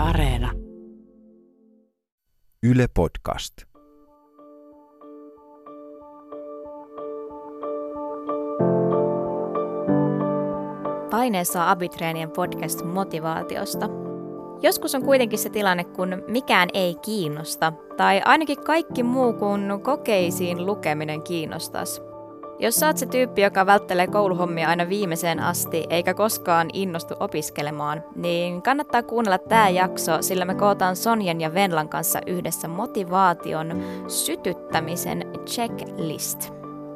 Areena. Yle Podcast. Paineessa on Abitreenien podcast motivaatiosta. Joskus on kuitenkin se tilanne, kun mikään ei kiinnosta, tai ainakin kaikki muu kuin kokeisiin lukeminen kiinnostaisi. Jos sä oot se tyyppi, joka välttelee kouluhommia aina viimeiseen asti, eikä koskaan innostu opiskelemaan, niin kannattaa kuunnella tää jakso, sillä me kootaan Sonjan ja Venlan kanssa yhdessä motivaation sytyttämisen checklist.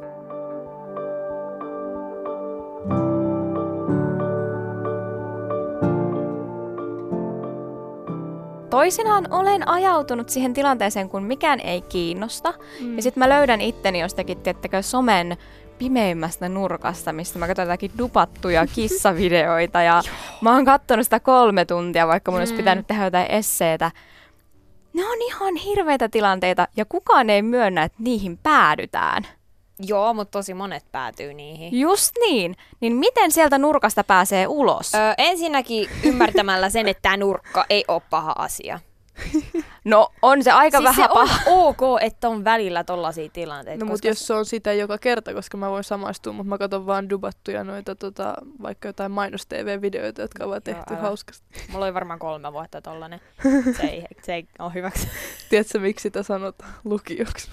Toisinaan olen ajautunut siihen tilanteeseen, kun mikään ei kiinnosta. Ja sitten mä löydän itteni jostakin, tiettäkö, somen pimeimmästä nurkasta, mistä mä katson jotakin dupattuja kissavideoita. Ja mä oon kattonut sitä 3 tuntia, vaikka mun olisi pitänyt tehdä jotain esseetä. Ne on ihan hirveitä tilanteita ja kukaan ei myönnä, että niihin päädytään. Joo, mutta tosi monet päätyy niihin. Just niin. Niin miten sieltä nurkasta pääsee ulos? Ensinnäkin ymmärtämällä sen, että tämä nurkka ei ole paha asia. No on se aika siis vähän se paha. on ok, että on välillä tollaisia tilanteita. No mutta jos se on sitä joka kerta, koska mä voin samaistua, mutta mä katson vaan dubattuja noita vaikka jotain mainos-tv-videoita, jotka ovat tehty hauskasti. Mulla oli varmaan 3 vuotta tollanen. Se ei ole hyväksi. Tiedätkö miksi sitä sanotaan lukioksi?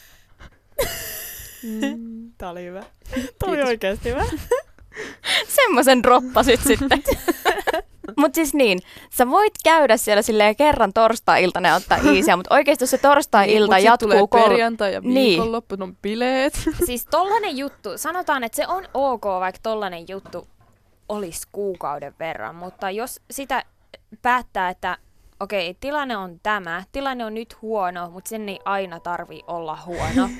Tää oli hyvä. Tää oli oikeesti hyvä. Semmoisen droppasit sitten. Mut siis niin, sä voit käydä siellä silleen kerran torstai-iltana ja ottaa easyä, mutta oikeesti jos se torstai-ilta niin, jatkuu... tulee perjantai ja viikonloppu, on bileet. Siis tollanen juttu, sanotaan, että se on ok, vaikka tollanen juttu olisi kuukauden verran, mutta jos sitä päättää, että okei, tilanne on tämä, tilanne on nyt huono, mutta sen ei aina tarvii olla huono.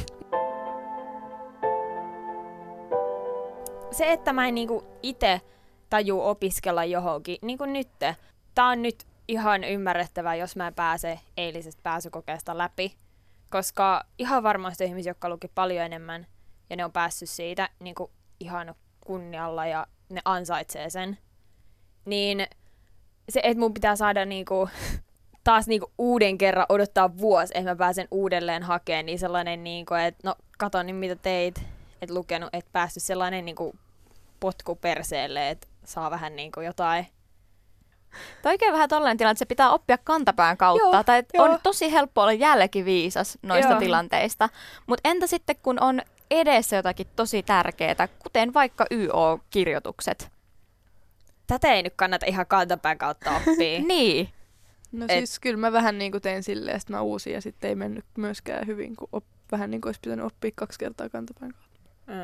Se, että mä en niinku ite tajuu opiskella johonkin, niin kuin nyt. Tää on nyt ihan ymmärrettävää, jos mä en pääse eilisestä pääsykokeesta läpi. Koska ihan varmasti ihmisiä, jotka luki paljon enemmän ja ne on päässyt siitä niin kuin ihan kunnialla ja ne ansaitsee sen. Niin se, että mun pitää saada niinku, taas niinku uuden kerran odottaa vuosi, että mä pääsen uudelleen hakemaan, niin sellainen, niinku, että no kato niin mitä teit, et lukenut, et päässyt sellainen niinku potku perseelle, että saa vähän niinku jotain. Tämä on oikein vähän tollainen tilanne, että se pitää oppia kantapään kautta. Joo, tai on tosi helppo olla jälkiviisas noista tilanteista. Mutta entä sitten, kun on edessä jotakin tosi tärkeää, kuten vaikka YO-kirjoitukset? Tätä ei nyt kannata ihan kantapään kautta oppia. Niin. No siis kyllä mä vähän niin kuin tein silleen, että mä uusin ja sitten ei mennyt myöskään hyvin, kun vähän niin kuin olisi pitänyt oppia 2 kertaa kantapään kautta.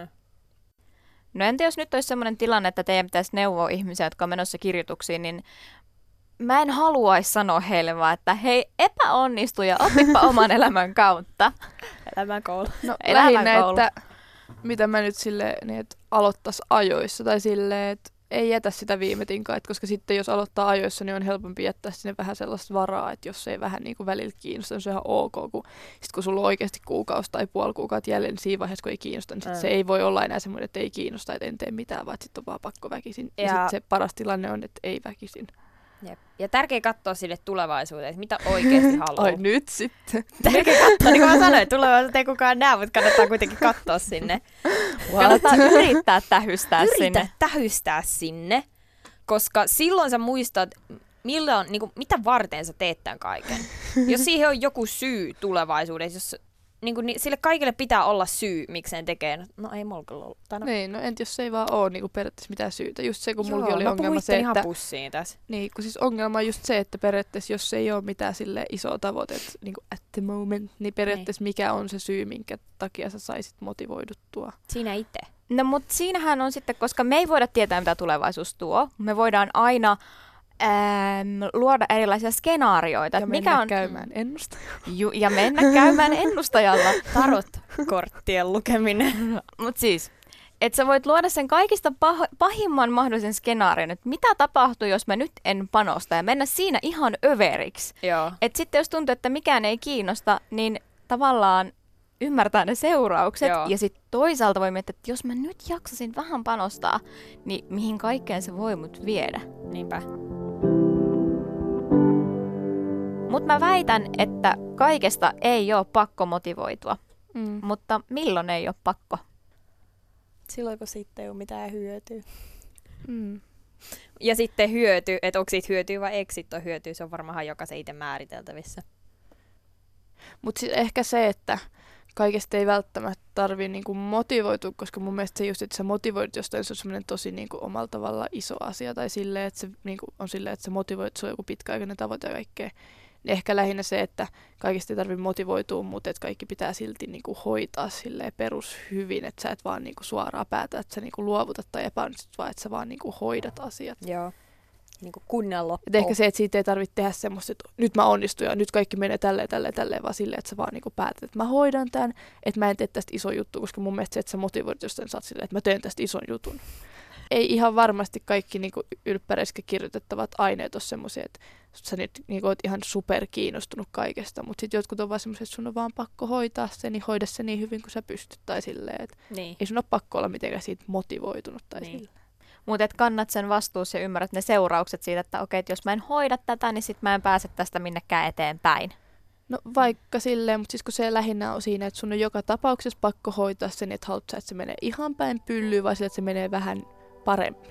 No entä jos nyt olisi sellainen tilanne, että teidän pitäisi neuvoa ihmisiä, jotka on menossa kirjoituksiin, niin mä en haluaisi sanoa heille vaan, että hei, epäonnistu ja oppipa oman elämän kautta. Elämänkoulu. No lähinnä, että mitä mä nyt silleen, niin että aloittaisi ajoissa tai silleen, että ei jätä sitä viime tinkaa, koska sitten jos aloittaa ajoissa, niin on helpompi jättää sinne vähän sellaista varaa, että jos ei vähän niin kuin välillä kiinnosta, niin se on ihan ok, kun sulla on oikeasti kuukausi tai puoli kuukautta jäljellä, niin siinä vaiheessa, kun ei kiinnosta, niin se ei voi olla enää semmoinen, että ei kiinnosta, että en tee mitään, vaan sitten on vaan pakko väkisin. Ja sitten se paras tilanne on, että ei väkisin. Jep. Ja tärkeä katsoa sille tulevaisuuteen, että mitä oikeasti haluaa. Ai nyt sitten. Tärkeä katsoa, niin kuin mä sanoin, tulevaisuuteen ei kukaan näe, mutta kannattaa kuitenkin katsoa sinne. Kannattaa yrittää tähystää sinne. Yritä tähystää sinne, koska silloin sä muistat, niin kuin, mitä varten sä teet tämän kaiken. Jos siihen on joku syy tulevaisuudessa, jos niin sille kaikille pitää olla syy, miksi sen tekee. No ei mulla kyllä ollut. Niin, no entä jos se ei vaan ole niin periaatteessa mitään syytä. Just se, kun mullakin oli ongelma se, ihan että... pussiin tässä. Niin, kun siis ongelma on just se, että periaatteessa jos ei ole mitään sille isoa tavoitetta niin kuin at the moment, niin periaatteessa mikä on se syy, minkä takia sä saisit motivoiduttua. Siinä itse. No mutta siinähän on sitten, koska me ei voida tietää, mitä tulevaisuus tuo. Me voidaan aina luoda erilaisia skenaarioita. Ja mennä käymään ennustajalla. Ja mennä käymään ennustajalla. Tarot-korttien lukeminen. Mutta siis, että sä voit luoda sen kaikista pahimman mahdollisen skenaarion, että mitä tapahtuu, jos mä nyt en panosta ja mennä siinä ihan överiksi. Että sitten jos tuntuu, että mikään ei kiinnosta, niin tavallaan ymmärtää ne seuraukset. Joo. Ja sitten toisaalta voi miettiä, että jos mä nyt jaksasin vähän panostaa, niin mihin kaikkeen se voi mut viedä. Niinpä. Mutta mä väitän, että kaikesta ei ole pakko motivoitua. Mutta milloin ei ole pakko? Silloin, kun siitä ei ole mitään hyötyä. Mm. Ja sitten hyöty, että onko siitä hyötyä vai eikö siitä ole hyötyä, se on varmaan jokaisen itse määriteltävissä. Mutta ehkä se, että kaikesta ei välttämättä tarvitse niinku motivoitua, koska mun mielestä se just, että sä motivoit jostain, se on semmoinen tosi niinku omalla tavalla iso asia. Tai silleen, että se niinku on silleen, että sä motivoit, se on joku pitkäaikainen tavoite ja kaikkea. Niin ehkä lähinnä se, että kaikesta ei tarvitse motivoitua, mutta että kaikki pitää silti niinku hoitaa silleen perushyvin, että sä et vaan niinku suoraan päätä, että sä niinku luovutat tai epäonnistut, vaan että sä vaan niinku hoidat asiat. Joo. Niinku kunnan loppuun. Et ehkä se, että siitä ei tarvitse tehdä semmoista, että nyt mä onnistun ja nyt kaikki menee tälleen, vaan silleen, että sä vaan niinku päätät, että mä hoidan tämän, että mä en tee tästä iso juttu, koska mun mielestä se, että sä motivoit jostain, sä oot silleen, että mä teen tästä ison jutun. Ei ihan varmasti kaikki niinku ylppäreissä kirjoitettavat aineet ole semmoisia, että sä nyt niinku oot ihan super kiinnostunut kaikesta, mutta sitten jotkut on vaan semmoisia, että sun on vaan pakko hoitaa se, niin hoida se niin hyvin kuin sä pystyt tai silleen, että ei sun ole pakko olla mitenkään siitä motivoitunut tai silleen. Mutta et kannat sen vastuussa ja ymmärrät ne seuraukset siitä, että okei, että jos mä en hoida tätä, niin sit mä en pääse tästä minnekään eteenpäin. No vaikka silleen, mutta siis kun se lähinnä on siinä, että sun on joka tapauksessa pakko hoitaa sen, että haluat sä, että se menee ihan päin pyllyyn, vai sille, että se menee vähän paremmin.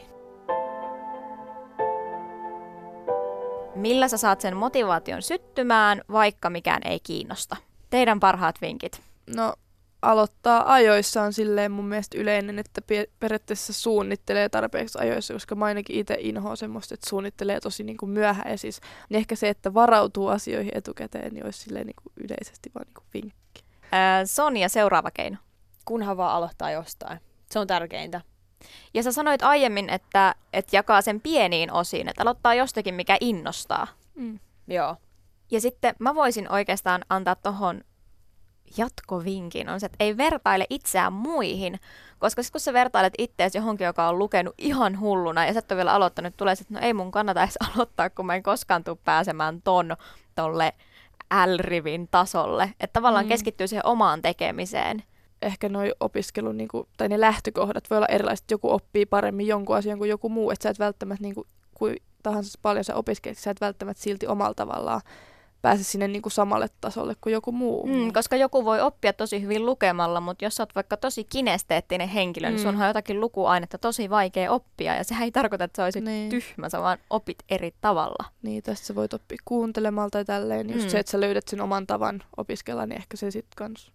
Millä sä saat sen motivaation syttymään, vaikka mikään ei kiinnosta? Teidän parhaat vinkit. No aloittaa ajoissa on silleen mun mielestä yleinen, että periaatteessa suunnittelee tarpeeksi ajoissa, koska mä ainakin itse inhoan semmoista, että suunnittelee tosi niin kuin myöhäisis. Niin ehkä se, että varautuu asioihin etukäteen, niin olisi silleen niin kuin yleisesti vaan niin kuin vinkki. Sonja, seuraava keino. Kunhan vaan aloittaa jostain. Se on tärkeintä. Ja sä sanoit aiemmin, että jakaa sen pieniin osiin, että aloittaa jostakin, mikä innostaa. Joo. Ja sitten mä voisin oikeastaan antaa tohon jatkovinkin, on se, että ei vertaile itseään muihin, koska sitten kun sä vertailet itseäsi johonkin, joka on lukenut ihan hulluna ja sä et ole vielä aloittanut, tulee se, että no ei mun kannata edes aloittaa, kun mä en koskaan tule pääsemään tolle L-rivin tasolle. Että tavallaan keskittyy siihen omaan tekemiseen. Ehkä noi opiskelun, tai ne lähtökohdat voi olla erilaiset. Joku oppii paremmin jonkun asian kuin joku muu. Että sä et välttämättä, kuin tahansa paljon sä opiskelet, sä et välttämättä silti omalla tavallaan pääse sinne samalle tasolle kuin joku muu. Koska joku voi oppia tosi hyvin lukemalla, mutta jos sä oot vaikka tosi kinesteettinen henkilö, niin sunhan on jotakin lukuainetta tosi vaikea oppia. Ja sehän ei tarkoita, että sä olisit tyhmä, sä vaan opit eri tavalla. Niin, tässä sä voit oppia kuuntelemalla tai tälleen. Just se, että sä löydät sen oman tavan opiskella, niin ehkä se sit kans.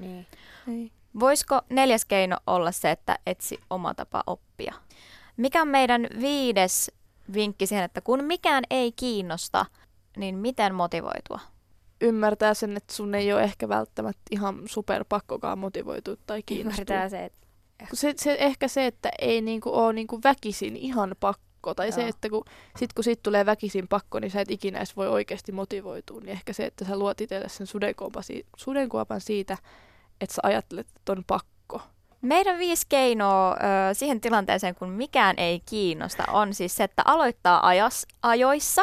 Niin. Voisiko 4. keino olla se, että etsi oma tapa oppia? Mikä on meidän 5. vinkki siihen, että kun mikään ei kiinnosta, niin miten motivoitua? Ymmärtää sen, että sun ei ole ehkä välttämättä ihan superpakkokaan motivoitua tai kiinnostua. Ymmärtää se, että ehkä se, että ei ole väkisin ihan pakko. Tai se, että kun siitä tulee väkisin pakko, niin sä et ikinä edes voi oikeasti motivoitua. Niin ehkä se, että sä luot itselle sen sudenkuopan siitä, että sä ajattelet, että on pakko. Meidän 5 keinoa siihen tilanteeseen, kun mikään ei kiinnosta, on siis se, että aloittaa ajoissa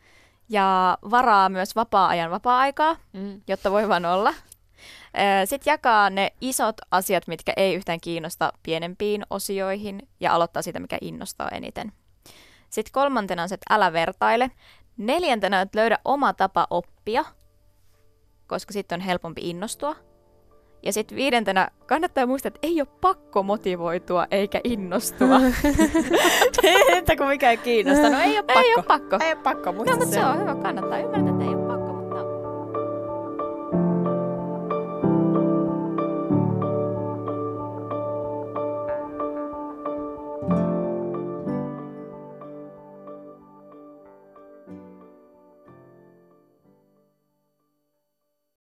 ja varaa myös vapaa-ajan vapaa-aikaa, jotta voi vaan olla. Sitten jakaa ne isot asiat, mitkä ei yhtään kiinnosta, pienempiin osioihin ja aloittaa siitä, mikä innostaa eniten. Sitten 3. on se, että älä vertaile. 4. on, että löydä oma tapa oppia, koska sitten on helpompi innostua. Ja sitten 5. kannattaa muistaa, että ei ole pakko motivoitua eikä innostua. että kun mikä ei kiinnosta. No ei ole pakko. Ei ole pakko. Ei ole pakko, muista no, mutta se on hyvä. Kannattaa ymmärtää, että ei ole pakko.